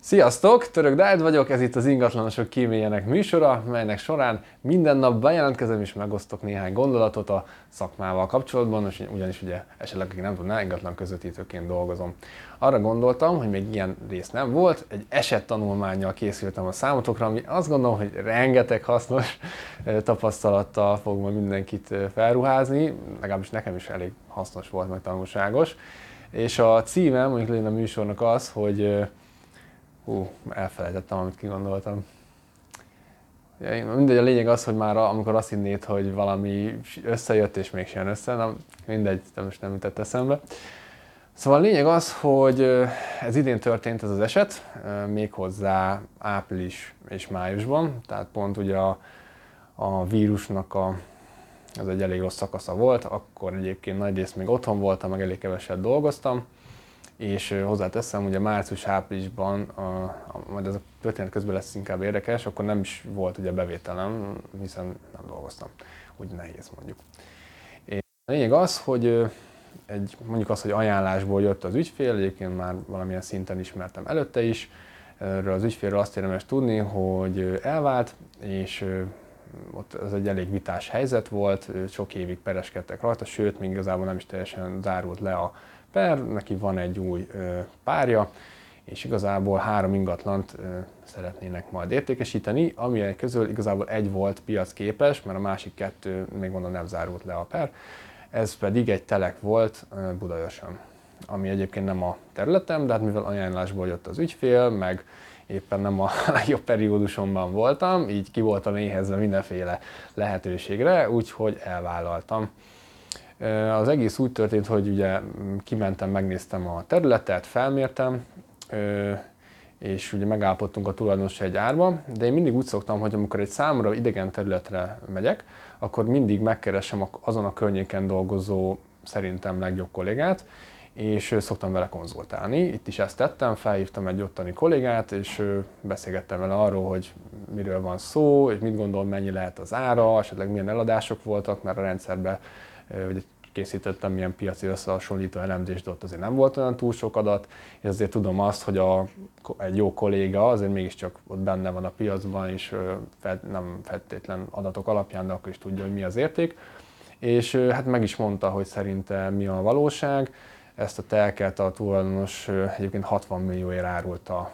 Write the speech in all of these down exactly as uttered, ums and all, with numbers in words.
Sziasztok! Török Dávid vagyok, ez itt az Ingatlanosok kíméljenek műsora, melynek során minden nap bejelentkezem és megosztok néhány gondolatot a szakmával kapcsolatban, ugyanis ugye esetleg aki nem tudná, ingatlan közvetítőként dolgozom. Arra gondoltam, hogy még ilyen rész nem volt, egy esettanulmánnyal készültem a számotokra, ami azt gondolom, hogy rengeteg hasznos tapasztalattal fog majd mindenkit felruházni, legalábbis nekem is elég hasznos volt, meg tanulságos. És a címem, mondjuk legyen a műsornak az, hogy Hú, elfelejtettem, amit kigondoltam. Ja, mindegy, a lényeg az, hogy már amikor azt hinnéd, hogy valami összejött és mégsem jön össze, na, mindegy, de most nem jutott eszembe. Szóval a lényeg az, hogy ez idén történt ez az eset, méghozzá április és májusban, tehát pont ugye a, a vírusnak a, ez egy elég rossz szakasza volt, akkor egyébként nagy részt még otthon voltam, meg elég keveset dolgoztam, és hozzáteszem, ugye március-áprilisban, a, a, majd ez a történet közben lesz inkább érdekes, akkor nem is volt ugye bevételem, hiszen nem dolgoztam, úgy nehéz mondjuk. És a lényeg az, hogy egy, mondjuk az, hogy ajánlásból jött az ügyfél, egyébként már valamilyen szinten ismertem előtte is, erről az ügyfélről azt érdemes tudni, hogy elvált, és ott ez egy elég vitás helyzet volt, sok évig pereskedtek rajta, sőt, még igazából nem is teljesen zárult le a per, neki van egy új ö, párja, és igazából három ingatlant ö, szeretnének majd értékesíteni, ami közül igazából egy volt piacképes, mert a másik kettő még mondom nem zárult le a per, ez pedig egy telek volt ö, Budaörsön, ami egyébként nem a területem, de hát mivel ajánlásból jött az ügyfél, meg éppen nem a legjobb periódusomban voltam, így ki voltam éhezve mindenféle lehetőségre, úgyhogy elvállaltam. Az egész úgy történt, hogy ugye kimentem, megnéztem a területet, felmértem, és ugye megállapodtunk a tulajdonossal egy árba, de én mindig úgy szoktam, hogy amikor egy számomra idegen területre megyek, akkor mindig megkeresem azon a környéken dolgozó szerintem legjobb kollégát, és szoktam vele konzultálni. Itt is ezt tettem, felhívtam egy ottani kollégát, és beszélgettem vele arról, hogy miről van szó, és mit gondol, mennyi lehet az ára, esetleg milyen eladások voltak, mert a rendszerben hogy készítettem milyen piaci összehasonlító elemzést, de ott azért nem volt olyan túl sok adat, és azért tudom azt, hogy a, egy jó kolléga azért mégiscsak ott benne van a piacban, és nem feltétlen adatok alapján, de akkor is tudja, hogy mi az érték. És hát meg is mondta, hogy szerinte mi a valóság. Ezt a telket a tulajdonos egyébként hatvan millióért árulta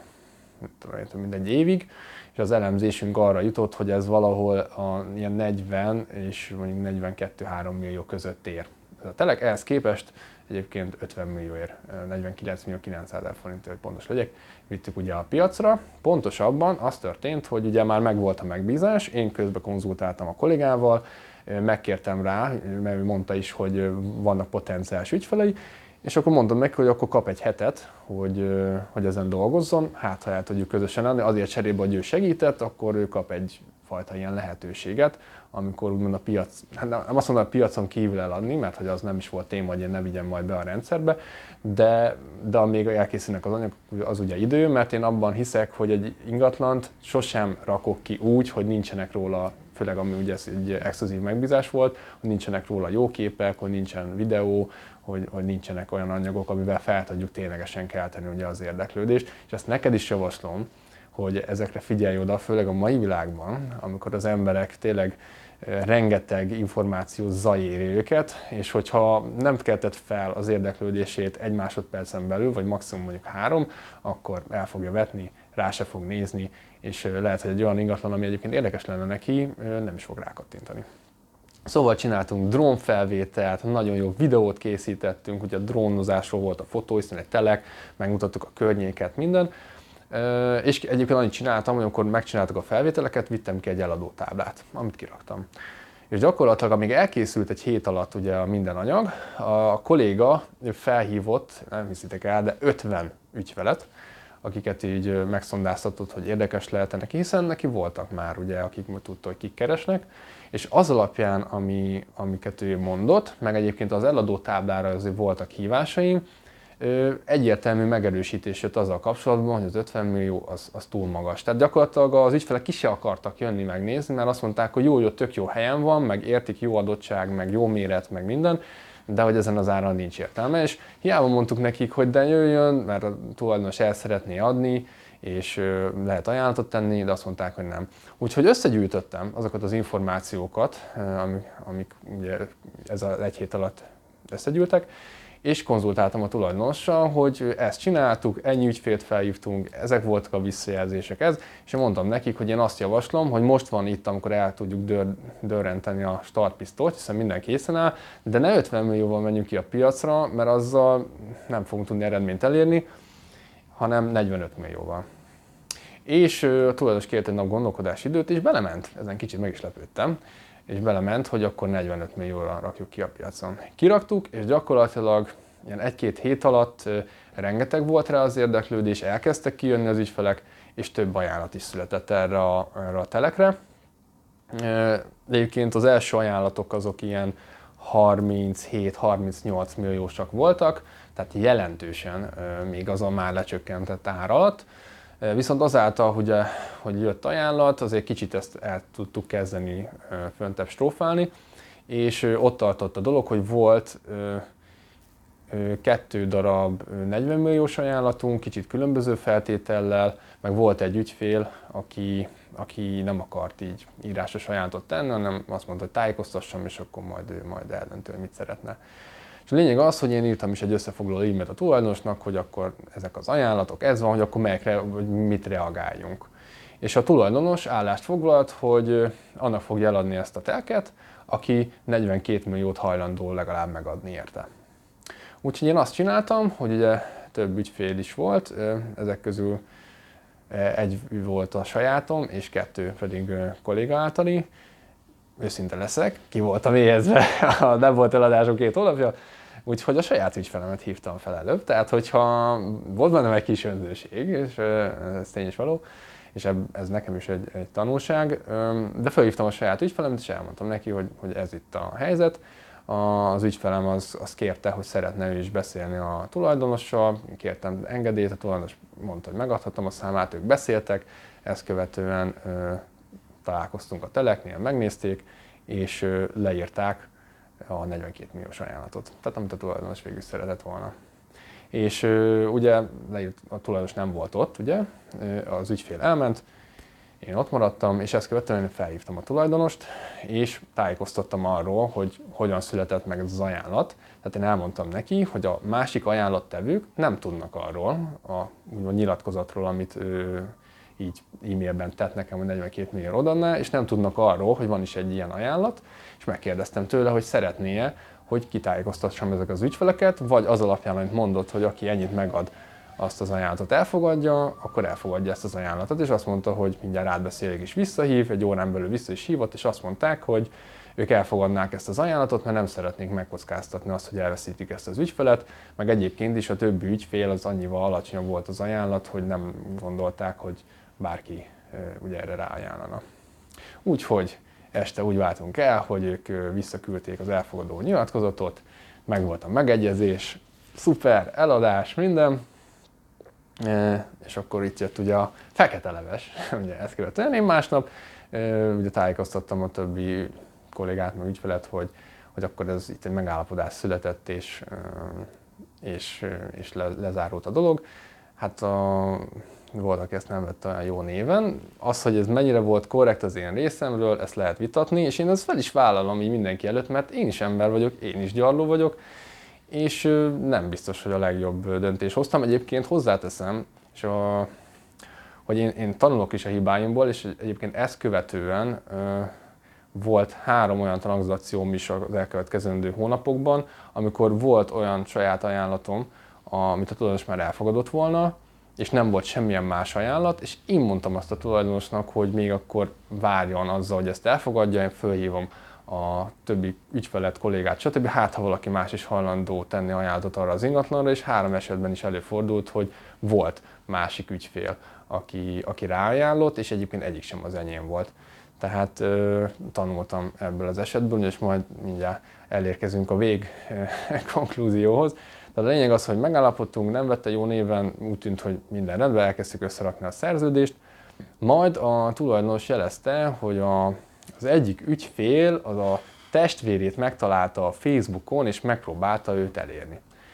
mindegy évig, és az elemzésünk arra jutott, hogy ez valahol a ilyen negyven és mondjuk negyvenkettő-három millió között ér. Ez a telek ehhez képest egyébként ötven millióért, negyvenkilenc millió kilencszázezer forintért, hogy pontos legyek, vittük ugye a piacra. Pontosabban az történt, hogy ugye már megvolt a megbízás, én közben konzultáltam a kollégával, megkértem rá, mert ő mondta is, hogy vannak potenciális ügyfelei, és akkor mondtam neki, hogy akkor kap egy hetet, hogy, hogy ezen dolgozzon, hát ha el tudjuk közösen adni, azért cserébe, hogy ő segített, akkor ő kap egy fajta ilyen lehetőséget, amikor úgymond a piac, hát nem azt mondom, a piacon kívül eladni, mert hogy az nem is volt téma, hogy én ne vigyem majd be a rendszerbe, de, de amíg elkészülnek az anyagok, az ugye idő, mert én abban hiszek, hogy egy ingatlant sosem rakok ki úgy, hogy nincsenek róla, főleg ami ugye egy exkluzív megbízás volt, hogy nincsenek róla jó képek, hogy nincsen videó, hogy, hogy nincsenek olyan anyagok, amivel fel tudjuk ténylegesen kelteni ugye az érdeklődést, és ezt neked is javaslom, hogy ezekre figyelj oda, főleg a mai világban, amikor az emberek tényleg rengeteg információ zaj éri őket, és hogyha nem keltett fel az érdeklődését egy másodpercen belül, vagy maximum mondjuk három, akkor el fogja vetni, rá se fog nézni, és lehet, hogy egy olyan ingatlan, ami egyébként érdekes lenne neki, nem is fog rákattintani. Szóval csináltunk drónfelvételt, nagyon jó videót készítettünk, ugye a drónozásról volt a fotó, hiszen egy telek, megmutattuk a környéket, minden. És egyébként annyit csináltam, hogy amikor megcsináltuk a felvételeket, vittem ki egy eladó táblát, amit kiraktam. És gyakorlatilag, amíg elkészült egy hét alatt ugye a minden anyag, a kolléga felhívott, nem hiszitek el, de ötven ügyfelet, akiket így megszondáztatott, hogy érdekes lehet neki, hiszen neki voltak már, ugye, akik tudta, hogy kik keresnek, és az alapján, ami, amiket ő mondott, meg egyébként az eladó táblára azért voltak hívásaim, egyértelmű megerősítés jött azzal kapcsolatban, hogy az ötven millió az, az túl magas. Tehát gyakorlatilag az ügyfelek ki se akartak jönni megnézni, mert azt mondták, hogy jó, jó, tök jó helyen van, meg értik, jó adottság, meg jó méret, meg minden, de hogy ezen az áron nincs értelme, és hiába mondtuk nekik, hogy de jöjjön, mert a tulajdonos el szeretné adni, és lehet ajánlatot tenni, de azt mondták, hogy nem. Úgyhogy összegyűjtöttem azokat az információkat, amik, amik ugye ez az egy hét alatt összegyűltek, és konzultáltam a tulajdonossal, hogy ezt csináltuk, ennyi ügyfélt felhívtunk, ezek voltak a visszajelzések, ez, és én mondtam nekik, hogy én azt javaslom, hogy most van itt, amikor el tudjuk dör, dörrenteni a startpisztolyt, hiszen minden készen áll, de ne ötven millióval menjünk ki a piacra, mert azzal nem fogunk tudni eredményt elérni, hanem negyvenöt millióval. És a tulajdonos kért egy nap gondolkodási időt, és belement, ezen kicsit meg is lepődtem, és belement, hogy akkor negyvenöt millióra rakjuk ki a piacon. Kiraktuk, és gyakorlatilag ilyen egy-két hét alatt rengeteg volt rá az érdeklődés, elkezdtek kijönni az ügyfelek, és több ajánlat is született erre a, erre a telekre. Egyébként az első ajánlatok azok ilyen harminchét-harmincnyolc milliósak voltak, tehát jelentősen még azon már lecsökkentett ár alatt. Viszont azáltal, hogy, hogy jött ajánlat, azért kicsit ezt el tudtuk kezdeni föntebb strófálni, és ott tartott a dolog, hogy volt kettő darab negyven milliós ajánlatunk, kicsit különböző feltétellel, meg volt egy ügyfél, aki, aki nem akart így írásos ajánlatot tenni, hanem azt mondta, hogy tájékoztassam, és akkor majd ő majd eldöntő, hogy mit szeretne. És a lényeg az, hogy én írtam is egy összefoglaló e-mailt a tulajdonosnak, hogy akkor ezek az ajánlatok, ez van, hogy akkor melyekre, hogy mit reagáljunk. És a tulajdonos állást foglalt, hogy annak fogja eladni ezt a telket, aki negyvenkét milliót hajlandó legalább megadni érte. Úgyhogy én azt csináltam, hogy ugye több ügyfél is volt, ezek közül egy volt a sajátom, és kettő pedig kolléga általi. Őszinte leszek, ki voltam éhezve, nem volt eladásunk két hónapja, úgyhogy a saját ügyfelemet hívtam fel előbb, tehát hogyha volt bennem egy kis önzőség, és ez tény is való, és ez nekem is egy, egy tanulság, de felhívtam a saját ügyfelemet, és elmondtam neki, hogy, hogy ez itt a helyzet. Az ügyfelem az, az kérte, hogy szeretne ő is beszélni a tulajdonossal, kértem engedélyt, a tulajdonos mondta, hogy megadhatom a számát, ők beszéltek, ezt követően ö, találkoztunk a teleknél, megnézték, és ö, leírták a negyvenkét milliós ajánlatot, tehát amit a tulajdonos végül szeretett volna. És ö, ugye leírt, a tulajdonos nem volt ott, ugye, az ügyfél elment, én ott maradtam, és ezt követően felhívtam a tulajdonost, és tájékoztattam arról, hogy hogyan született meg ez az ajánlat. Tehát én elmondtam neki, hogy a másik ajánlattevők nem tudnak arról, a úgymond nyilatkozatról, amit ő így e-mailben tett nekem, hogy negyvenkét millió odaadná, és nem tudnak arról, hogy van is egy ilyen ajánlat, és megkérdeztem tőle, hogy szeretné-e, hogy kitájékoztassam ezek az ügyfeleket, vagy az alapján, amit mondott, hogy aki ennyit megad, azt az ajánlatot elfogadja, akkor elfogadja ezt az ajánlatot, és azt mondta, hogy mindjárt átbeszélik és visszahív, egy órán belül vissza is hívott, és azt mondták, hogy ők elfogadnák ezt az ajánlatot, mert nem szeretnék megkockáztatni azt, hogy elveszítik ezt az ügyfelet, meg egyébként is a többi ügyfél az annyival alacsonyabb volt az ajánlat, hogy nem gondolták, hogy bárki ugye erre ráajánlana. Úgyhogy este úgy váltunk el, hogy ők visszaküldték az elfogadó nyilatkozatot, meg volt a megegyezés, szuper, eladás, minden. E, és akkor itt jött ugye a fekete leves, ugye ezt követően én másnap e, ugye tájékoztattam a többi kollégát, meg ügyfelet, hogy, hogy akkor ez itt egy megállapodás született, és, és, és le, lezárult a dolog. Hát a, volt, aki ezt nem vette olyan jó néven. Az, hogy ez mennyire volt korrekt az én részemről, ezt lehet vitatni, és én ezt fel is vállalom így mindenki előtt, mert én is ember vagyok, én is gyarló vagyok, és nem biztos, hogy a legjobb döntés hoztam. Egyébként hozzáteszem, és a, hogy én, én tanulok is a hibáimból, és egyébként ezt követően ö, volt három olyan tranzakcióm is az elkövetkezendő hónapokban, amikor volt olyan saját ajánlatom, amit a tulajdonos már elfogadott volna, és nem volt semmilyen más ajánlat, és én mondtam azt a tulajdonosnak, hogy még akkor várjon azzal, hogy ezt elfogadja, én fölhívom a többi ügyfelet, kollégát, stb. Hát, ha valaki más is hajlandó tenni ajánlatot arra az ingatlanra, és három esetben is előfordult, hogy volt másik ügyfél, aki, aki ráajánlott, és egyébként egyik sem az enyém volt. Tehát ö, tanultam ebből az esetből, és majd mindjárt elérkezünk a vég konklúzióhoz. Tehát a lényeg az, hogy megállapodtunk, nem vette jó néven, úgy tűnt, hogy minden rendben, elkezdtük összerakni a szerződést. Majd a tulajdonos jelezte, hogy a az egyik ügyfél az a testvérét megtalálta a Facebookon, és megpróbálta őt elérni.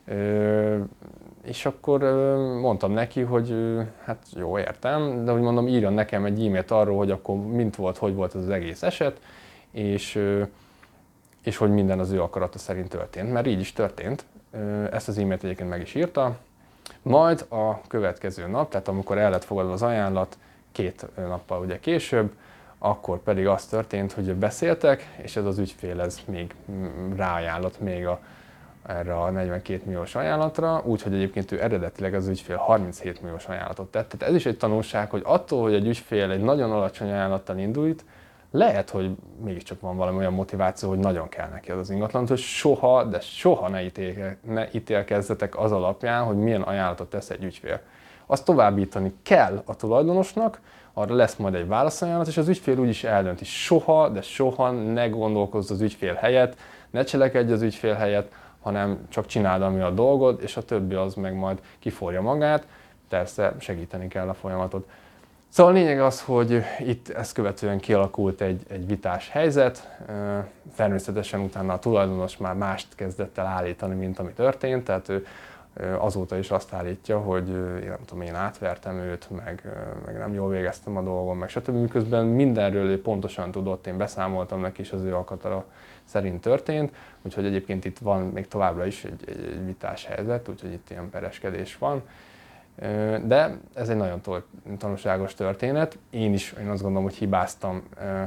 És akkor mondtam neki, hogy hát jó, értem, de hogy mondom, írjon nekem egy e-mailt arról, hogy akkor mint volt, hogy volt ez az egész eset, és, és hogy minden az ő akarata szerint történt, mert így is történt. Ezt az e-mailt egyébként meg is írta. Majd a következő nap, tehát amikor el lett fogadva az ajánlat, két nappal ugye később, akkor pedig az történt, hogy beszéltek, és ez az ügyfél ez még ráajánlott még a, erre a negyvenkét milliós ajánlatra, úgyhogy egyébként ő eredetileg az ügyfél harminchét milliós ajánlatot tett. Tehát ez is egy tanulság, hogy attól, hogy egy ügyfél egy nagyon alacsony ajánlattal indult, lehet, hogy mégiscsak van valami olyan motiváció, hogy nagyon kell neki az, az ingatlan, hogy soha, de soha ne, ítél, ne ítélkezzetek az alapján, hogy milyen ajánlatot tesz egy ügyfél. Azt továbbítani kell a tulajdonosnak, arra lesz majd egy válaszajánlat, és az ügyfél úgyis eldönti. Soha, de soha ne gondolkozz az ügyfél helyett, ne cselekedj az ügyfél helyett, hanem csak csináld, ami a dolgod, és a többi az meg majd kiforja magát. Persze segíteni kell a folyamatot. Szóval a lényeg az, hogy itt ezt követően kialakult egy, egy vitás helyzet. Természetesen utána a tulajdonos már mást kezdett el állítani, mint ami történt, tehát ő azóta is azt állítja, hogy én nem tudom, én átvertem őt, meg, meg nem jól végeztem a dolgom, meg stb. Miközben mindenről ő pontosan tudott, én beszámoltam neki is, az ő akatara szerint történt, úgyhogy egyébként itt van még továbbra is egy, egy, egy vitás helyzet, úgyhogy itt ilyen pereskedés van. De ez egy nagyon tanulságos történet. Én is én azt gondolom, hogy hibáztam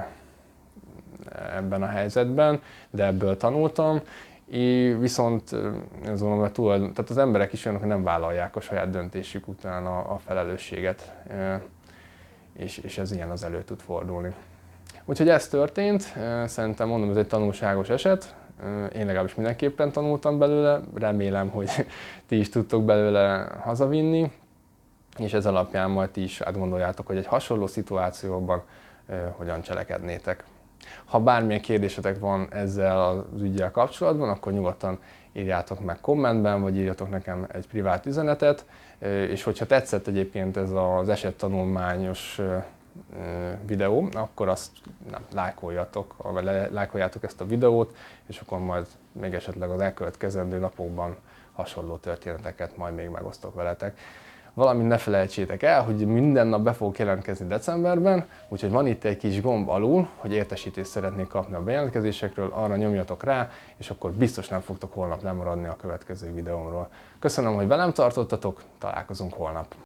ebben a helyzetben, de ebből tanultam. Én viszont azt gondolom, hogy tulajdon, tehát az emberek is olyanok, hogy nem vállalják a saját döntésük után a, a felelősséget, és, és ez ilyen az elő tud fordulni. Úgyhogy ez történt, szerintem mondom, ez egy tanulságos eset. Én legalábbis mindenképpen tanultam belőle, remélem, hogy ti is tudtok belőle hazavinni, és ez alapján majd ti is átgondoljátok, hogy egy hasonló szituációban hogyan cselekednétek. Ha bármilyen kérdésetek van ezzel az üggyel kapcsolatban, akkor nyugodtan írjátok meg kommentben, vagy írjatok nekem egy privát üzenetet, és hogyha tetszett egyébként ez az esettanulmányos videó, akkor azt nem, lájkoljatok, vagy lájkoljátok ezt a videót, és akkor majd még esetleg az elkövetkezendő napokban hasonló történeteket majd még megosztok veletek. Valamint ne felejtsétek el, hogy minden nap be fogok jelentkezni decemberben, úgyhogy van itt egy kis gomb alul, hogy értesítést szeretnék kapni a bejelentkezésekről, arra nyomjatok rá, és akkor biztos nem fogtok holnap lemaradni a következő videómról. Köszönöm, hogy velem tartottatok, találkozunk holnap!